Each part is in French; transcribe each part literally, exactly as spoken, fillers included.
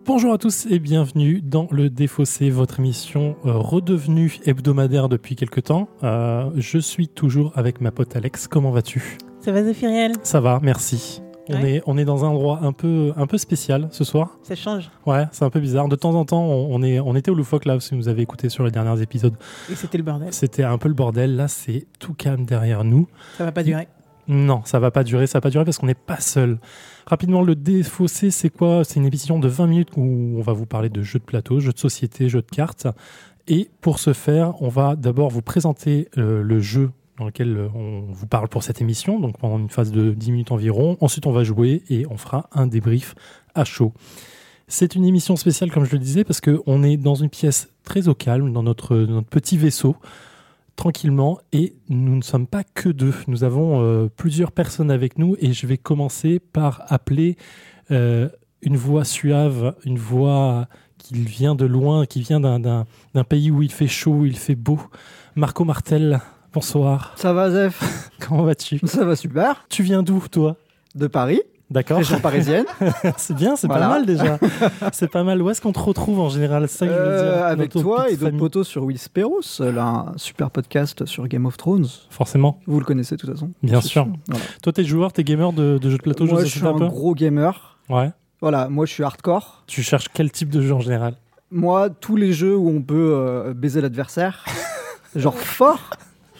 Bonjour à tous et bienvenue dans Le Défaussé, votre émission euh, redevenue hebdomadaire depuis quelques temps. Euh, je suis toujours avec ma pote Alex. Comment vas-tu ? Ça va, Zéphiriel ? Ça va, merci. On, Ouais. est, on est dans un endroit un peu, un peu spécial ce soir. Ça change. Ouais, c'est un peu bizarre. De temps en temps, on, on, est, on était au loufoque là, si vous avez écouté sur les derniers épisodes. Et c'était le bordel. C'était un peu le bordel. Là, c'est tout calme derrière nous. Ça va pas durer. Non, ça va pas durer, ça va pas durer parce qu'on n'est pas seul. Rapidement, Le Défaussé, c'est quoi ? C'est une émission de vingt minutes où on va vous parler de jeux de plateau, jeux de société, jeux de cartes. Et pour ce faire, on va d'abord vous présenter euh, le jeu dans lequel euh, on vous parle pour cette émission, donc pendant une phase de dix minutes environ. Ensuite, on va jouer et on fera un débrief à chaud. C'est une émission spéciale, comme je le disais, parce qu'on est dans une pièce très au calme, dans notre, notre petit vaisseau, tranquillement, et nous ne sommes pas que deux. Nous avons euh, plusieurs personnes avec nous et je vais commencer par appeler euh, une voix suave, une voix qui vient de loin, qui vient d'un, d'un, d'un pays où il fait chaud, où il fait beau. Marco Martel, bonsoir. Ça va, Zef ? Comment vas-tu ? Ça va super. Tu viens d'où, toi ? De Paris, D'accord. région parisienne. C'est bien, c'est Voilà. pas mal déjà. C'est pas mal. Où est-ce qu'on te retrouve en général ? C'est ça que je veux Euh, dire. avec Dans ton toi petite et d'autres famille. potos sur Will Sparrows, là, un super podcast sur Game of Thrones. Forcément. Vous le connaissez de toute façon. Bien Je suis sûr. Voilà. Toi, t'es joueur, t'es gamer de, de jeux de plateau, Moi, je je sais suis un un peu. gros gamer. Ouais. Voilà, moi, je suis hardcore. Tu cherches quel type de jeu en général ? Moi, tous les jeux où on peut euh, baiser l'adversaire, genre fort,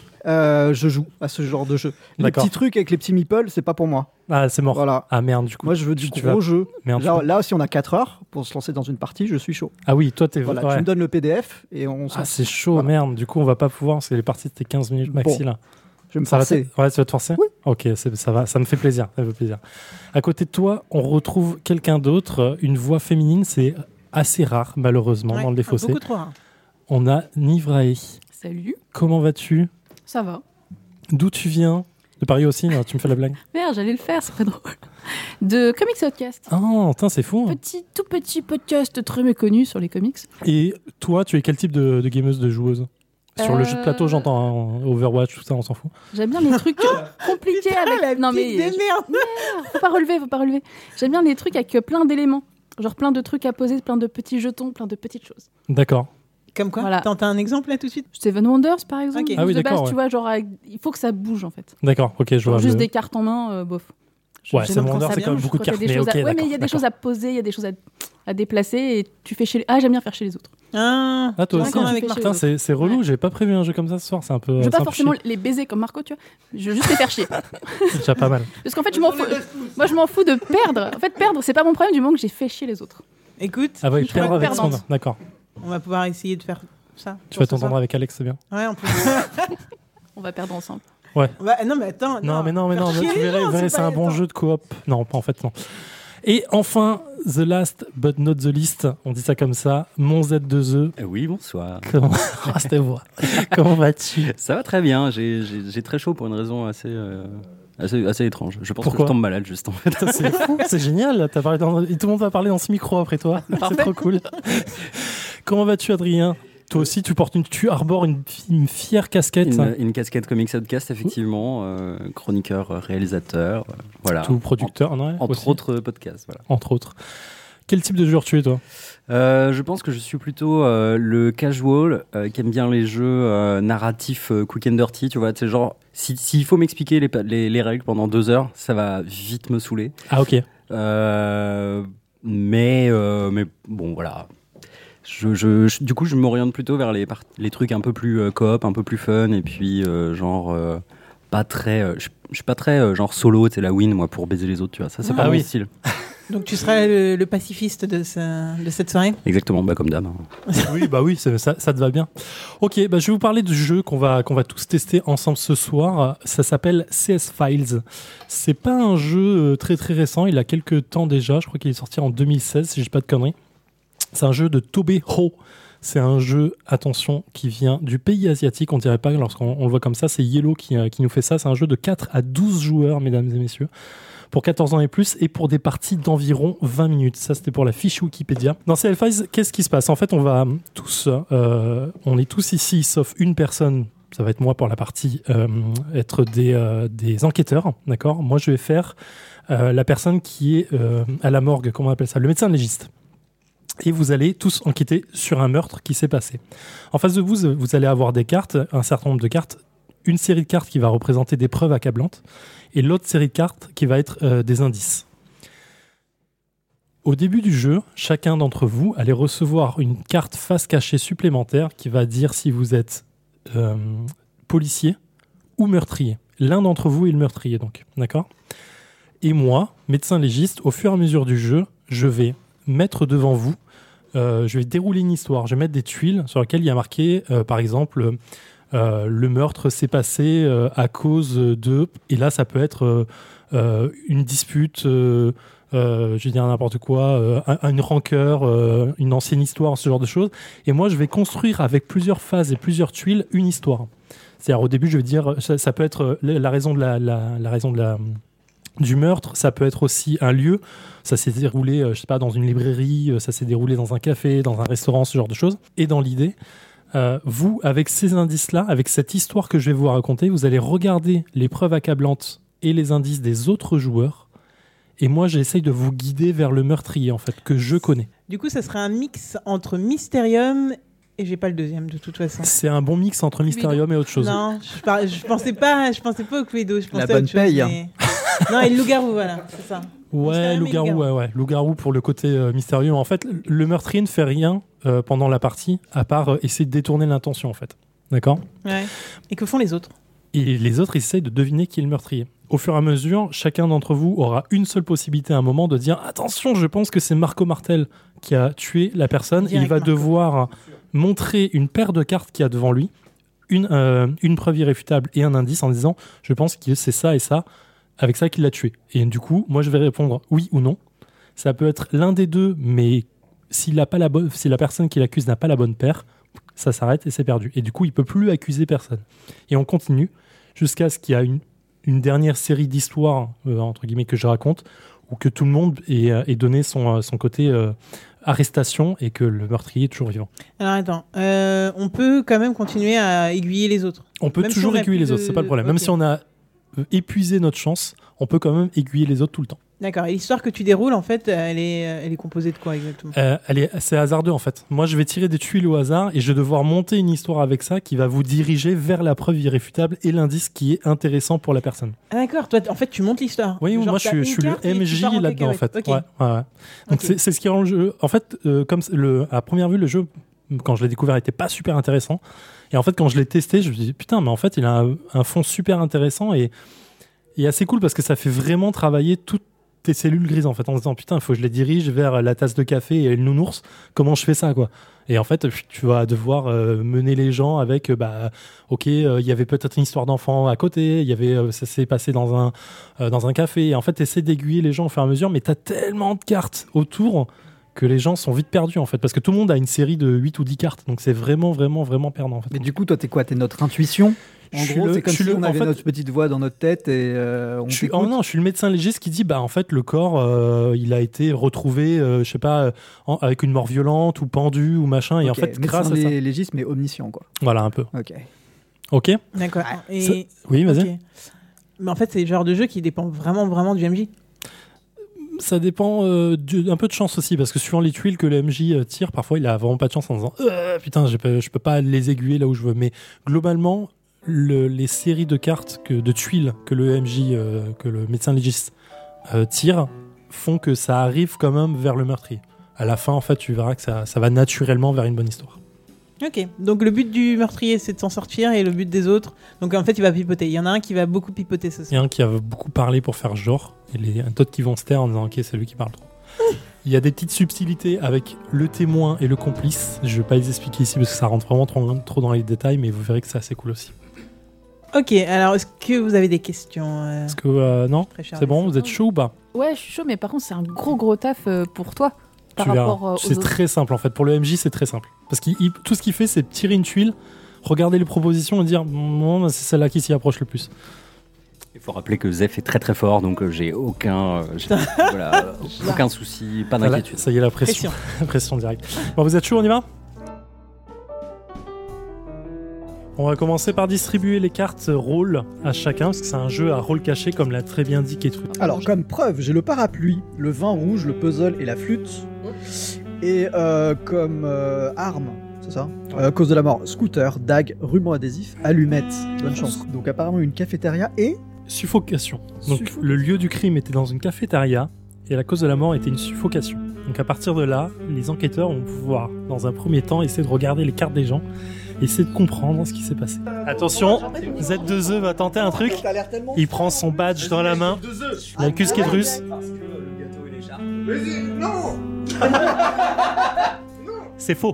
euh, je joue à ce genre de jeu. Les D'accord. petits trucs avec les petits meeples, c'est pas pour moi. Ah, c'est mort. Voilà. Ah merde, du coup. Moi, je veux du tu- tu gros vas- jeu. Merde, tu Là, vas- là, si on a quatre heures pour se lancer dans une partie, je suis chaud. Ah oui, toi, t'es. Voilà, ouais. tu me donnes le P D F et on s'en Ah, c'est chaud, Voilà. merde. Du coup, on va pas pouvoir, parce que les parties, c'était quinze minutes maxi, Bon, là. Je vais me Ça va forcer. te... Ouais, tu vas te forcer ? Oui. Ok, c'est- ça va, ça me fait plaisir, ça me fait plaisir. À côté de toi, on retrouve quelqu'un d'autre, une voix féminine, c'est assez rare, malheureusement, Ouais, dans le défaussé. Beaucoup trop rare. On a Nivrae. Salut, Comment vas-tu ? ça va. D'où tu viens ? De Paris aussi, non, tu me fais la blague. Merde, j'allais le faire, c'est pas drôle. De Comics Outcast. Ah, putain, c'est fou. hein. Petit, tout petit podcast très méconnu sur les comics. Et toi, tu es quel type de, de gameuse, de joueuse ? Sur le Euh, jeu de plateau, j'entends, hein, Overwatch, tout ça, on s'en fout. J'aime bien les trucs compliqués avec. la non petite mais de merde. faut pas relever, faut pas relever. J'aime bien les trucs avec euh, plein d'éléments, genre plein de trucs à poser, plein de petits jetons, plein de petites choses. D'accord. Comme quoi Voilà. T'as t'as un exemple là tout de suite ? Seven Wonders par exemple. Ok. Ah oui, de d'accord, base, ouais. tu vois, genre avec- il faut que ça bouge en fait. D'accord, ok, je Genre vois. juste le- des cartes en main, euh, bof. Je- Ouais, j'aime Seven quand Wonders, ça c'est quand même bouge, beaucoup de quand il y a cartes, des mais choses à- ok, Ouais, mais il y a d'accord, des choses à poser, il y a des choses à, à déplacer et tu fais chez les... Ah, j'aime bien faire chez les autres. Ah, Ah, toi tu aussi, vois, hein. avec Tu fais Marco. Putain, c'est, c'est relou, Ouais. j'ai pas prévu un jeu comme ça ce soir, c'est un peu. Je c'est veux pas un peu forcément chier. les baiser comme Marco, tu vois. Je veux juste les faire chier. C'est déjà pas mal. Parce qu'en fait, je m'en fous. Moi, je m'en fous de perdre. En fait, perdre, c'est pas mon problème du moment que j'ai fait chier les autres. Écoute, Ah ouais, Je suis perdre avec perdante. Sandra, d'accord. on va pouvoir essayer de faire ça. Tu pour vas ce t'entendre soir. avec Alex, c'est bien. Ouais, on peut. On va perdre ensemble. Bah, non, mais attends. Non, mais non, mais faire non, chier tu les verrais, gens, vous verrez, c'est pas- un bon attends. jeu de coop. Non, pas en fait, non. Et enfin, the last but not the least, on dit ça comme ça, mon Z deux E. Euh, Oui, bonsoir. Comment, ah, c'était voix. Comment vas-tu ? Ça va très bien. J'ai, j'ai, j'ai très chaud pour une raison assez, euh, assez, assez étrange. Je pense Pourquoi que je tombe malade juste en fait. Putain, c'est fou, c'est génial. T'as parlé dans... et tout le monde va parler dans ce micro après toi. C'est trop cool. Comment vas-tu, Adrien ? Toi aussi, tu portes une, tu arbores une, une fière casquette. Une, une casquette Comics Outcast, effectivement. euh, chroniqueur, euh, réalisateur. euh, voilà. Tout producteur, non, ouais, En- entre aussi. autres euh, podcasts. Voilà. Entre autres. Quel type de joueur tu es, toi ? Euh, je pense que je suis plutôt euh, le casual euh, qui aime bien les jeux euh, narratifs euh, quick and dirty. Tu vois, c'est genre, si- s'il faut m'expliquer les, pa- les, les règles pendant deux heures, ça va vite me saouler. Ah, ok. Euh, mais, euh, mais bon, voilà. Je, je, je- du coup, je m'oriente plutôt vers les, part- les trucs un peu plus euh, coop, un peu plus fun, et puis euh, genre euh, pas très. euh, je, je suis pas très euh, genre solo, c'est la win moi pour baiser les autres, tu vois. Ça, c'est Ah pas mon oui. style. Donc tu serais le, le pacifiste de, ce- de cette soirée ? Exactement, bah comme d'hab. hein. Oui, bah oui, c'est- ça, ça te va bien. Ok, bah je vais vous parler du jeu qu'on va, qu'on va tous tester ensemble ce soir. Ça s'appelle C S Files. C'est pas un jeu euh, très très récent, il a quelques temps déjà. Je crois qu'il est sorti en deux mille seize, si je dis pas de conneries. C'est un jeu de Tobe Ho. C'est un jeu, attention, qui vient du pays asiatique. On dirait pas lorsqu'on on le voit comme ça. C'est Yellow qui, euh, qui nous fait ça. C'est un jeu de quatre à douze joueurs, mesdames et messieurs, pour quatorze ans et plus, et pour des parties d'environ vingt minutes. Ça, c'était pour la fiche Wikipédia. Dans C S Files, qu'est-ce qui se passe ? En fait, on va tous, euh, on est tous ici, sauf une personne. Ça va être moi pour la partie, euh, être des, euh, des enquêteurs, d'accord ? Moi, je vais faire euh, la personne qui est euh, à la morgue, comment on appelle ça ? Le médecin légiste. et vous allez tous enquêter sur un meurtre qui s'est passé. En face de vous, vous allez avoir des cartes, un certain nombre de cartes, une série de cartes qui va représenter des preuves accablantes et l'autre série de cartes qui va être euh, des indices. Au début du jeu, chacun d'entre vous allez recevoir une carte face cachée supplémentaire qui va dire si vous êtes euh, policier ou meurtrier. L'un d'entre vous est le meurtrier, donc, d'accord ? Et moi, médecin légiste, au fur et à mesure du jeu, je vais mettre devant vous, euh, je vais dérouler une histoire, je vais mettre des tuiles sur lesquelles il y a marqué, euh, par exemple, euh, le meurtre s'est passé euh, à cause de... Et là, ça peut être euh, euh, une dispute... Euh, Euh, je vais dire n'importe quoi, euh, un, une rancœur, euh, une ancienne histoire, ce genre de choses. Et moi, je vais construire avec plusieurs phases et plusieurs tuiles une histoire. C'est-à-dire, au début, je vais dire, ça, ça peut être la raison de la, la, la raison de la du meurtre. Ça peut être aussi un lieu. Ça s'est déroulé, euh, je sais pas, dans une librairie. Ça s'est déroulé dans un café, dans un restaurant, ce genre de choses. Et dans l'idée, euh, vous, avec ces indices-là, avec cette histoire que je vais vous raconter, vous allez regarder les preuves accablantes et les indices des autres joueurs. Et moi, j'essaye de vous guider vers le meurtrier, en fait, que je connais. Du coup, ça serait un mix entre Mysterium et j'ai pas le deuxième, de toute façon. C'est un bon mix entre Mysterium et autre chose. Non, je, par... je pensais pas, je pensais pas au Cluedo. Je pensais La bonne à autre chose, paye. mais... non, et le loup-garou, voilà, c'est ça. Ouais, loup-garou, loup-garou. ouais, ouais. Loup-garou pour le côté euh, mystérieux. En fait, le meurtrier ne fait rien euh, pendant la partie, à part euh, essayer de détourner l'intention, en fait. D'accord ? Ouais. Et que font les autres ? Et les autres, ils essayent de deviner qui est le meurtrier. Au fur et à mesure, chacun d'entre vous aura une seule possibilité à un moment de dire « Attention, je pense que c'est Marco Martel qui a tué la personne. » Il va Marco. devoir montrer une paire de cartes qu'il y a devant lui, une, euh, une preuve irréfutable et un indice en disant « Je pense que c'est ça et ça, avec ça qu'il l'a tué. » Et du coup, moi, je vais répondre oui ou non. Ça peut être l'un des deux, mais s'il a pas la bonne, si la personne qui l'accuse n'a pas la bonne paire, ça s'arrête et c'est perdu. Et du coup, il peut plus accuser personne. Et on continue jusqu'à ce qu'il y a une une dernière série d'histoires, euh, entre guillemets, que je raconte, où que tout le monde ait, ait donné son, son côté euh, arrestation et que le meurtrier est toujours vivant. Alors attends, euh, on peut quand même continuer à aiguiller les autres. On peut Même si toujours on a aiguiller plus les autres, de- c'est pas le problème. Même Ok. si on a euh, épuisé notre chance, on peut quand même aiguiller les autres tout le temps. D'accord, et l'histoire que tu déroules, en fait, elle est, elle est composée de quoi exactement ? Euh, elle est, c'est hasardeux en fait. Moi, je vais tirer des tuiles au hasard et je vais devoir monter une histoire avec ça qui va vous diriger vers la preuve irréfutable et l'indice qui est intéressant pour la personne. Ah d'accord, toi, t- en fait, tu montes l'histoire. Oui, Genre, moi je t'as suis, une je suis le carte et tu M J pars en là-dedans en fait. cacahuète. Ok. Ouais, ouais, ouais. Donc Ok. c'est, c'est ce qui rend le jeu. En fait, euh, comme c'est le, à première vue, le jeu, quand je l'ai découvert, était pas super intéressant. Et en fait, quand je l'ai testé, je me suis dit putain, mais en fait, il a un, un fond super intéressant et, et assez cool parce que ça fait vraiment travailler toutes tes cellules grises en fait, en se disant putain, il faut que je les dirige vers la tasse de café et le nounours. Comment je fais ça quoi ? Et en fait, tu vas devoir euh, mener les gens avec, euh, bah, ok, euh, il y avait peut-être une histoire d'enfant à côté, il y avait, euh, ça s'est passé dans un, euh, dans un café. Et en fait, tu essaies d'aiguiller les gens au fur et à mesure, mais tu as tellement de cartes autour que les gens sont vite perdus en fait, parce que tout le monde a une série de huit ou dix cartes, donc c'est vraiment, vraiment, vraiment perdant en fait. Mais du coup, toi, t'es quoi ? T'es notre intuition ? En Je suis gros, le- c'est comme je suis si le- on en avait fait- notre petite voix dans notre tête et euh, on Je suis, t'écoute. oh non, je suis le médecin légiste qui dit bah en fait le corps euh, il a été retrouvé euh, je sais pas euh, en- avec une mort violente ou pendu ou machin et en Ok, fait médecin grâce à ça lé- légiste, mais omniscient, quoi. voilà un peu Ok. ok D'accord. Et... Ça- oui vas-y. ok. Mais en fait, c'est le genre de jeu qui dépend vraiment, vraiment du M J. Ça dépend euh, du- un peu de chance aussi parce que suivant les tuiles que le M J euh, tire parfois il a vraiment pas de chance en disant euh, putain je peux, je peux pas les aiguiller là où je veux, mais globalement le- les séries de cartes que, de tuiles que le M J euh, que le médecin légiste euh, tire font que ça arrive quand même vers le meurtrier. À la fin en fait tu verras que ça, ça va naturellement vers une bonne histoire. Ok. Donc le but du meurtrier, c'est de s'en sortir, et le but des autres, donc en fait, il va pipoter. Il y en a un qui va beaucoup pipoter ce Il y soir. a un qui a beaucoup parlé pour faire genre, et les d'autres qui vont se taire en disant ok c'est lui qui parle trop. Il y a des petites subtilités avec le témoin et le complice. Je vais pas les expliquer ici parce que ça rentre vraiment trop, trop dans les détails, mais vous verrez que c'est assez cool aussi. Ok. Alors, est-ce que vous avez des questions euh, Est-ce que euh, non, très cher c'est bon, vous êtes chaud ou pas? Ouais, je suis chaud, mais par contre, c'est un gros gros taf euh, pour toi par Tu verras. rapport euh, aux C'est autres. très simple en fait. Pour le M J, c'est très simple parce qu'il il- tout ce qu'il fait, c'est tirer une tuile, regarder les propositions et dire non, c'est celle-là qui s'y approche le plus. Il faut rappeler que Zef est très très fort, donc euh, j'ai aucun, euh, j'ai- voilà, euh, aucun souci, pas Voilà, d'inquiétude. ça y est, la pression, Pression. pression directe. Bon, vous êtes chaud, on y va? On va commencer par distribuer les cartes rôle à chacun, parce que c'est un jeu à rôle caché, comme l'a très bien dit Ketru. Alors, comme preuve, j'ai le parapluie, le vin rouge, le puzzle et la flûte. Et euh, comme euh, arme, c'est ça euh, Cause de la mort, scooter, dague, ruban adhésif, allumette. Bonne chance. Donc apparemment une cafétéria et... Suffocation. Donc Suffocation. le lieu du crime était dans une cafétéria et la cause de la mort était une suffocation. Donc à partir de là, les enquêteurs vont pouvoir, dans un premier temps, essayer de regarder les cartes des gens, essayer de comprendre ce qui s'est passé. Attention, Z deux E va tenter un truc. Il prend son badge dans la main. Il accuse Kedrus. C'est faux.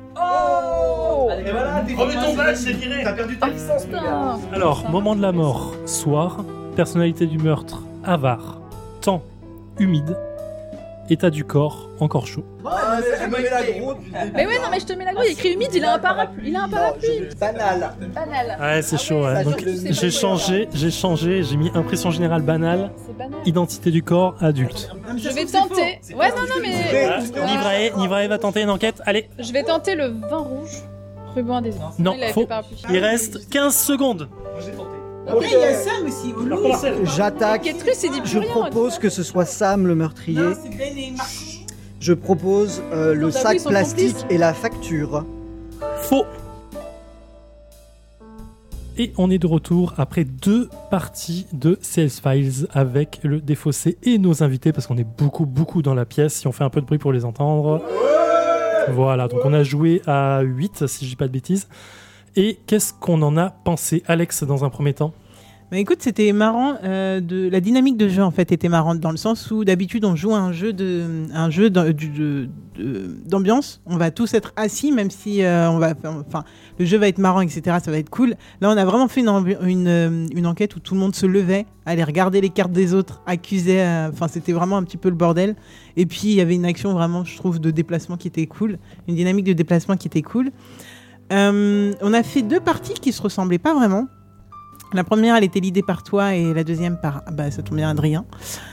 Remets ton badge, c'est viré. T'as perdu ta licence, mon gars. Putain. Alors, moment de la mort, soir, personnalité du meurtre, avare, temps, humide, état du corps, encore chaud. Ah, elle me met la gros depuis le début. Mais ouais, non, mais je te mets la grille, il écrit humide, il a un parapluie. Il a un parapluie. Banal. Banal. Ouais, c'est chaud. Ouais. ça, Donc, je sais pas j'ai quoi. changé, j'ai changé, j'ai mis impression générale banale, C'est banal. identité du corps, adulte. Je vais tenter. Ouais, non, non, mais. Ah, Nivrae, Nivrae va tenter une enquête. Allez, Je vais tenter le vin rouge. Ruban adhésif. Non, Il avait faux. fait parapluie. il reste quinze secondes. Après, il y a Sam aussi. Oh, lui. J'attaque. Ketrus, il dit plus Je rien. propose que ce soit Sam le meurtrier. Non, c'est Ben et Marco. Je propose euh, le J'avoue, sac ils sont plastique complices. et la facture. Faux. Et on est de retour après deux parties de C S Files avec le défaussé et nos invités parce qu'on est beaucoup beaucoup dans la pièce. Si on fait un peu de bruit pour les entendre. Voilà, donc on a joué à huit si je dis pas de bêtises. Et qu'est-ce qu'on en a pensé, Alex, dans un premier temps? Bah écoute, c'était marrant. Euh, de la dynamique de jeu en fait était marrante dans le sens où d'habitude on joue à un jeu de, un jeu d'am- du- de- de- d'ambiance. On va tous être assis, même si euh, on va, enfin, le jeu va être marrant, et cetera. Ça va être cool. Là, on a vraiment fait une, ambi- une, euh, une enquête où tout le monde se levait, allait regarder les cartes des autres, accusait. euh, Enfin, c'était vraiment un petit peu le bordel. Et puis il y avait une action vraiment, je trouve, de déplacement qui était cool, une dynamique de déplacement qui était cool. Euh, on a fait deux parties qui se ressemblaient pas vraiment. La première, elle était l'idée par toi et la deuxième par, bah, ça tombe bien, Adrien.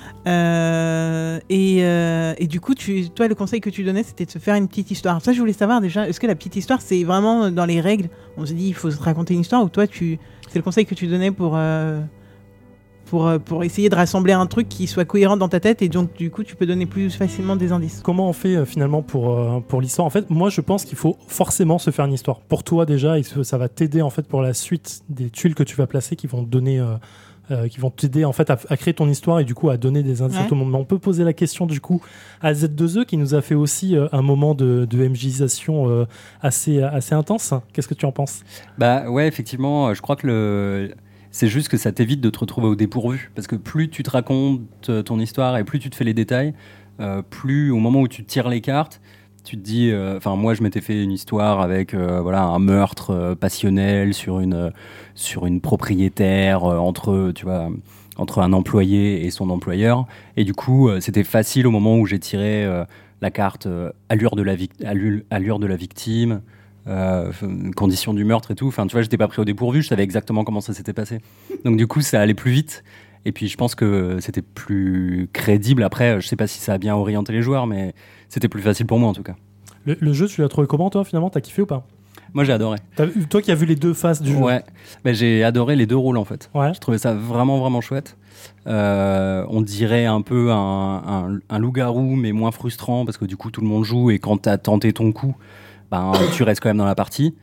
Euh, et, euh, et du coup, tu, toi, le conseil que tu donnais, c'était de se faire une petite histoire. Ça, je voulais savoir déjà, est-ce que la petite histoire, c'est vraiment dans les règles? On se dit, il faut se raconter une histoire, ou toi, tu, c'est le conseil que tu donnais pour, euh, pour, euh, pour essayer de rassembler un truc qui soit cohérent dans ta tête et donc, du coup, tu peux donner plus facilement des indices. Comment on fait euh, finalement pour, euh, pour l'histoire? En fait, moi je pense qu'il faut forcément se faire une histoire. Pour toi déjà, et ça va t'aider en fait pour la suite des tuiles que tu vas placer qui vont te donner, euh, euh, qui vont t'aider en fait à, à créer ton histoire et du coup à donner des indices Ouais. à tout le monde. Mais on peut poser la question du coup à Z deux E qui nous a fait aussi euh, un moment de, de MJisation euh, assez, assez intense. Qu'est-ce que tu en penses? Bah ouais, effectivement, euh, je crois que le... c'est juste que ça t'évite de te retrouver au dépourvu. Parce que plus tu te racontes euh, ton histoire et plus tu te fais les détails, euh, plus au moment où tu tires les cartes, tu te dis... Enfin, moi, je m'étais fait une histoire avec euh, voilà, un meurtre euh, passionnel sur une, euh, sur une propriétaire euh, entre, tu vois, entre un employé et son employeur. Et du coup, euh, c'était facile au moment où j'ai tiré euh, la carte euh, allure, de la vic- allure, allure de la victime, euh, conditions du meurtre et tout. Enfin, tu vois, j'étais pas pris au dépourvu, je savais exactement comment ça s'était passé. Donc du coup, ça allait plus vite. Et puis, je pense que c'était plus crédible. Après, je sais pas si ça a bien orienté les joueurs, mais c'était plus facile pour moi en tout cas. Le, le jeu, tu l'as trouvé comment toi finalement? T'as kiffé ou pas? Moi, j'ai adoré. T'as vu- toi qui as vu les deux faces du jeu. Ouais, bah, j'ai adoré les deux rôles en fait. Ouais. Je trouvais ça vraiment vraiment chouette. Euh, on dirait un peu un, un, un loup-garou mais moins frustrant parce que du coup tout le monde joue et quand t'as tenté ton coup, ben tu restes quand même dans la partie.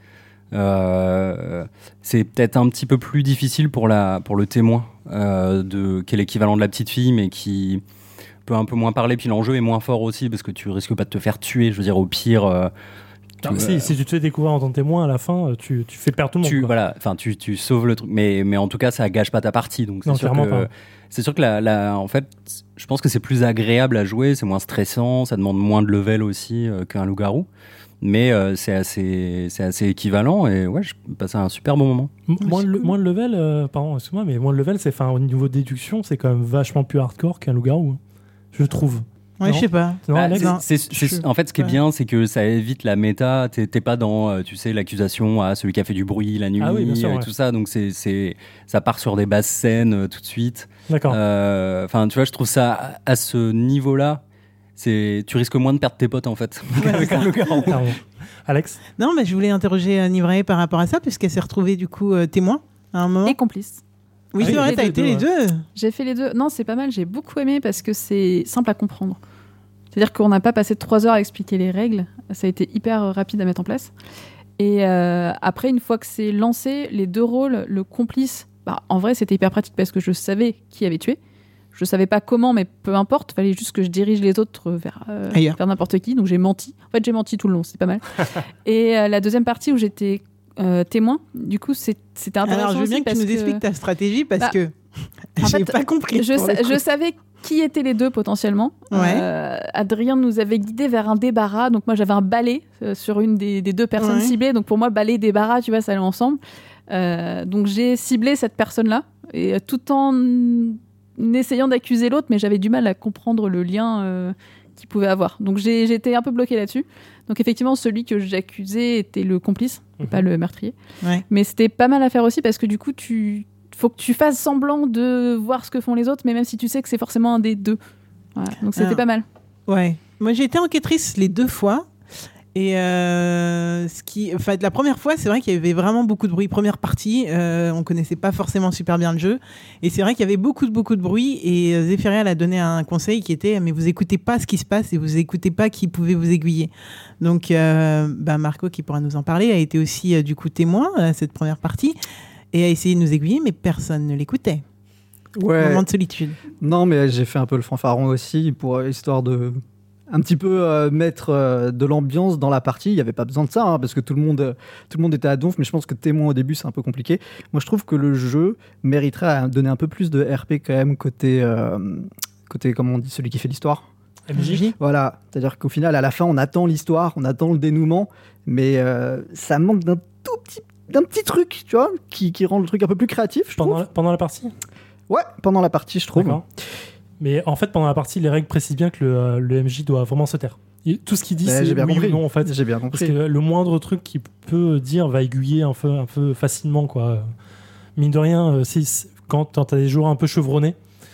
Euh, c'est peut-être un petit peu plus difficile pour la pour le témoin euh, de qui est l'équivalent de la petite fille mais qui peut un peu moins parler puis l'enjeu est moins fort aussi parce que tu risques pas de te faire tuer. Je veux dire au pire. Euh, Non, si, si tu te fais découvrir en tant que témoin, à la fin, tu, tu fais perdre tout le monde. tu quoi. voilà, enfin tu, tu sauves le truc, mais mais en tout cas ça gâche pas ta partie, donc c'est Non, sûr clairement que pas. c'est sûr que la, la en fait je pense que c'est plus agréable à jouer, c'est moins stressant, ça demande moins de level aussi euh, qu'un loup-garou, mais euh, c'est assez c'est assez équivalent et ouais, je passais un super bon moment. M- moins, c'est de, cool. moins de level, euh, pardon, excuse-moi, mais moins de level, c'est, enfin, au niveau déduction, c'est quand même vachement plus hardcore qu'un loup-garou, hein. Je trouve. Ouais, Non. je sais pas. Non, Bah, Alex c'est- c'est- c'est- je- en fait, ce qui est ouais. bien, c'est que ça évite la méta. T'es t'es pas dans, euh, tu sais, l'accusation à celui qui a fait du bruit la nuit Ah oui, bien sûr, et ouais. tout ça. Donc c'est c'est ça part sur des basses scènes euh, tout de suite. D'accord. Euh, Enfin, tu vois, je trouve ça à, à ce niveau-là, c'est tu risques moins de perdre tes potes en fait qu'avec un loup-garou. Clairement. Alex Non, mais je voulais interroger euh, Nivrae par rapport à ça, puisqu'elle s'est retrouvée du coup euh, témoin à un moment. Et complice. Oui, Ah, c'est oui, vrai, les t'as deux, été les deux. J'ai fait les deux. Non, c'est pas mal, j'ai beaucoup aimé parce que c'est simple à comprendre. C'est-à-dire qu'on n'a pas passé trois heures à expliquer les règles. Ça a été hyper rapide à mettre en place. Et euh, après, une fois que c'est lancé, les deux rôles, le complice, bah, en vrai, c'était hyper pratique parce que je savais qui avait tué. Je savais pas comment, mais peu importe. Il fallait juste que je dirige les autres vers, euh, vers n'importe qui. Donc j'ai menti. En fait, j'ai menti tout le long. C'était pas mal. Et euh, la deuxième partie où j'étais euh, témoin, du coup, c'est, c'était intéressant. Alors, je veux bien aussi que tu nous que... expliques ta stratégie parce bah, que en j'ai fait, pas compris. Je, sa- je savais qui étaient les deux potentiellement. Ouais. Euh, Adrien nous avait guidés vers un débarras. Donc moi, j'avais un balai euh, sur une des, des deux personnes Ouais. ciblées. Donc pour moi, balai, débarras, tu vois, ça allait ensemble. Euh, donc j'ai ciblé cette personne-là et euh, tout en essayant d'accuser l'autre, mais j'avais du mal à comprendre le lien euh, qu'il pouvait avoir. Donc j'ai, j'étais un peu bloquée là-dessus. Donc effectivement, celui que j'accusais était le complice, Mhm. pas le meurtrier. Ouais. Mais c'était pas mal à faire aussi parce que du coup, tu faut que tu fasses semblant de voir ce que font les autres, mais même si tu sais que c'est forcément un des deux. Voilà. Donc c'était Alors, pas mal. Ouais. Moi, j'ai été enquêtrice les deux fois. Et euh, ce qui, enfin, la première fois, c'est vrai qu'il y avait vraiment beaucoup de bruit. Première partie, euh, on connaissait pas forcément super bien le jeu, et c'est vrai qu'il y avait beaucoup de beaucoup de bruit. Et euh, Zéphiriel a donné un conseil qui était, mais vous écoutez pas ce qui se passe et vous écoutez pas qui pouvait vous aiguiller. Donc, euh, bah, Marco, qui pourra nous en parler, a été aussi euh, du coup témoin à cette première partie et a essayé de nous aiguiller, mais personne ne l'écoutait. Ouais. Moment de solitude. Non, mais j'ai fait un peu le fanfaron aussi pour euh, histoire de un petit peu euh, mettre euh, de l'ambiance dans la partie. Il n'y avait pas besoin de ça hein, parce que tout le monde, euh, tout le monde était à donf. Mais je pense que témoin au début, c'est un peu compliqué. Moi, je trouve que le jeu mériterait à donner un peu plus de R P quand même côté, euh, côté comment on dit, celui qui fait l'histoire. M J. Voilà, c'est-à-dire qu'au final, à la fin, on attend l'histoire, on attend le dénouement, mais euh, ça manque d'un tout petit, d'un petit truc, tu vois, qui, qui rend le truc un peu plus créatif, je Pendant trouve. la, pendant la partie. Ouais, pendant la partie, je trouve. D'accord. Mais en fait, pendant la partie, les règles précisent bien que le, euh, le M J doit vraiment se taire. Et tout ce qu'il dit, Mais c'est j'ai bien oui compris. ou non, en fait. J'ai bien Parce compris. que le moindre truc qu'il peut dire va aiguiller un peu, un peu facilement, quoi. Mine de rien, euh, si, si- quand t'as des joueurs un peu chevronnés,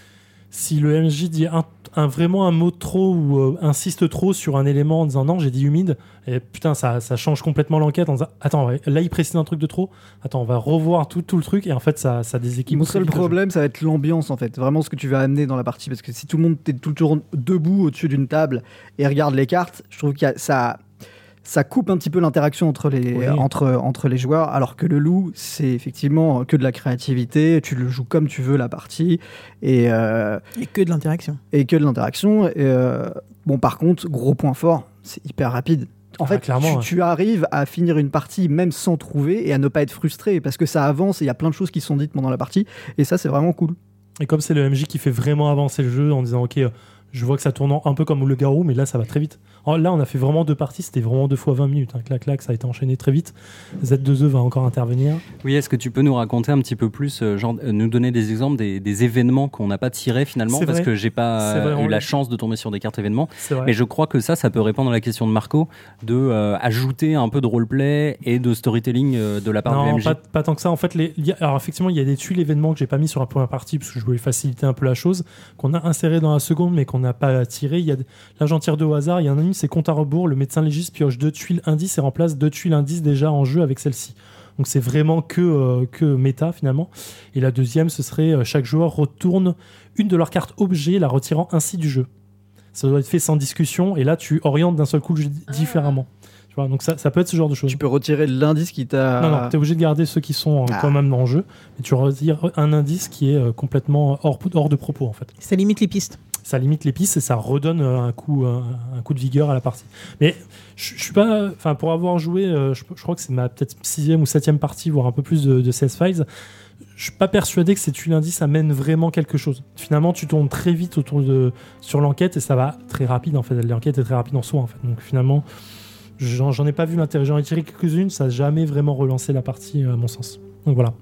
si le M J dit un, un- vraiment un mot de trop ou euh, insiste trop sur un élément en disant non, j'ai dit humide, et putain, ça, ça change complètement l'enquête en disant attends, ouais, là il précise un truc de trop, attends, on va revoir tout, tout le truc, et en fait, ça, ça déséquilibre. Mon très seul vite le jeu. problème, ça va être l'ambiance en fait, vraiment ce que tu vas amener dans la partie, parce que si tout le monde est toujours debout au-dessus d'une table et regarde les cartes, je trouve que ça, ça coupe un petit peu l'interaction entre les, Oui. entre, entre les joueurs, alors que le loup, c'est effectivement que de la créativité, tu le joues comme tu veux la partie, et, euh, Et que de l'interaction. et que de l'interaction. Et, euh, bon, par contre, gros point fort, c'est hyper rapide. En Ah, fait, clairement, tu, ouais. tu arrives à finir une partie même sans trouver et à ne pas être frustré parce que ça avance et il y a plein de choses qui sont dites pendant la partie et ça, c'est vraiment cool. Et comme c'est le M J qui fait vraiment avancer le jeu en disant ok, euh, je vois que ça tourne un peu comme le Garou, mais là ça va très vite. Alors, là on a fait vraiment deux parties, c'était vraiment deux fois vingt minutes. Hein. Clac clac, ça a été enchaîné très vite. Z deux E va encore intervenir. Oui, est-ce que tu peux nous raconter un petit peu plus, euh, genre, euh, nous donner des exemples des, des événements qu'on n'a pas tirés finalement, C'est parce vrai. que j'ai pas C'est vrai, euh, on eu la l'a- chance de tomber sur des cartes événements. C'est vrai. Mais je crois que ça, ça peut répondre à la question de Marco, de euh, ajouter un peu de roleplay et de storytelling euh, de la part du Non, M J. pas, pas tant que ça. En fait, les, il y a- alors effectivement, il y a des tuiles événements que j'ai pas mis sur la première partie parce que je voulais faciliter un peu la chose, qu'on a inséré dans la seconde mais qu'on n'a pas tiré. Il y a, des- là, j'en tire deux au hasard. Il y en a une, c'est compte à rebours. Le médecin légiste pioche deux tuiles indices et remplace deux tuiles indices déjà en jeu avec celle-ci. Donc c'est vraiment que, euh, que méta finalement. Et la deuxième, ce serait euh, chaque joueur retourne une de leurs cartes objets, la retirant ainsi du jeu. Ça doit être fait sans discussion et là tu orientes d'un seul coup le jeu différemment. Tu vois, donc ça, ça peut être ce genre de choses. Tu peux retirer l'indice qui t'a. Non, non, t'es obligé de garder ceux qui sont euh, Ah. quand même dans le jeu, mais tu retires un indice qui est euh, complètement hors, hors de propos en fait. Ça limite les pistes. Ça limite les pistes et ça redonne euh, un coup, un, un coup de vigueur à la partie. Mais je je suis pas, enfin pour avoir joué, euh, je, je crois que c'est ma peut-être sixième ou septième partie, voire un peu plus de, de C S Files. Je suis pas persuadé que ces tuiles indices amènent vraiment quelque chose. Finalement, tu tournes très vite autour de sur l'enquête et ça va très rapide en fait. L'enquête est très rapide en soi en fait. Donc finalement, j'en, j'en ai pas vu l'intérêt. J'en ai tiré quelques-unes, ça n'a jamais vraiment relancé la partie à mon sens. Donc voilà.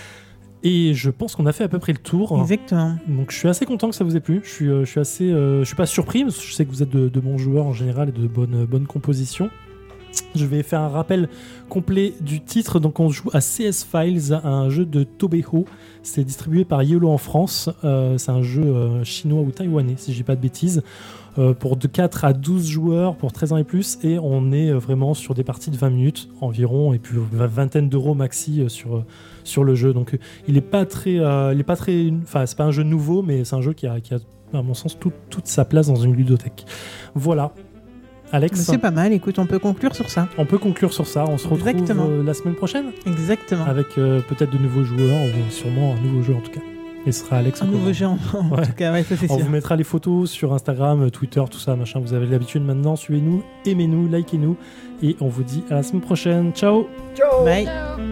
Et je pense qu'on a fait à peu près le tour. Exactement. Donc je suis assez content que ça vous ait plu. Je suis, euh, je suis assez, euh, je suis pas surpris parce que je sais que vous êtes de, de bons joueurs en général et de bonnes, bonnes compositions. Je vais faire un rappel complet du titre. Donc on joue à C S Files, un jeu de Tobeho. C'est distribué par Yolo en France. Euh, c'est un jeu euh, chinois ou taïwanais, si je dis pas de bêtises. Euh, pour de quatre à douze joueurs, pour treize ans et plus. Et on est euh, vraiment sur des parties de vingt minutes environ. Et puis une vingtaine d'euros maxi euh, sur, euh, sur le jeu. Donc euh, il est pas très... Euh, il est pas très... Enfin, c'est pas un jeu nouveau, mais c'est un jeu qui a... Qui a à mon sens, tout- toute sa place dans une ludothèque. Voilà. Alex, C'est pas mal, écoute, on peut conclure sur ça. on peut conclure sur ça. On se retrouve Exactement. euh, la semaine prochaine Exactement. avec euh, peut-être de nouveaux joueurs ou sûrement un nouveau jeu en tout cas. Et ce sera Alex. Un au nouveau courant. jeu en, en Ouais. tout cas, ouais, ça c'est On sûr. vous mettra les photos sur Instagram, Twitter, tout ça, machin. Vous avez l'habitude maintenant. Suivez-nous, aimez-nous, likez-nous. Et on vous dit à la semaine prochaine. Ciao! Ciao. Bye. Ciao.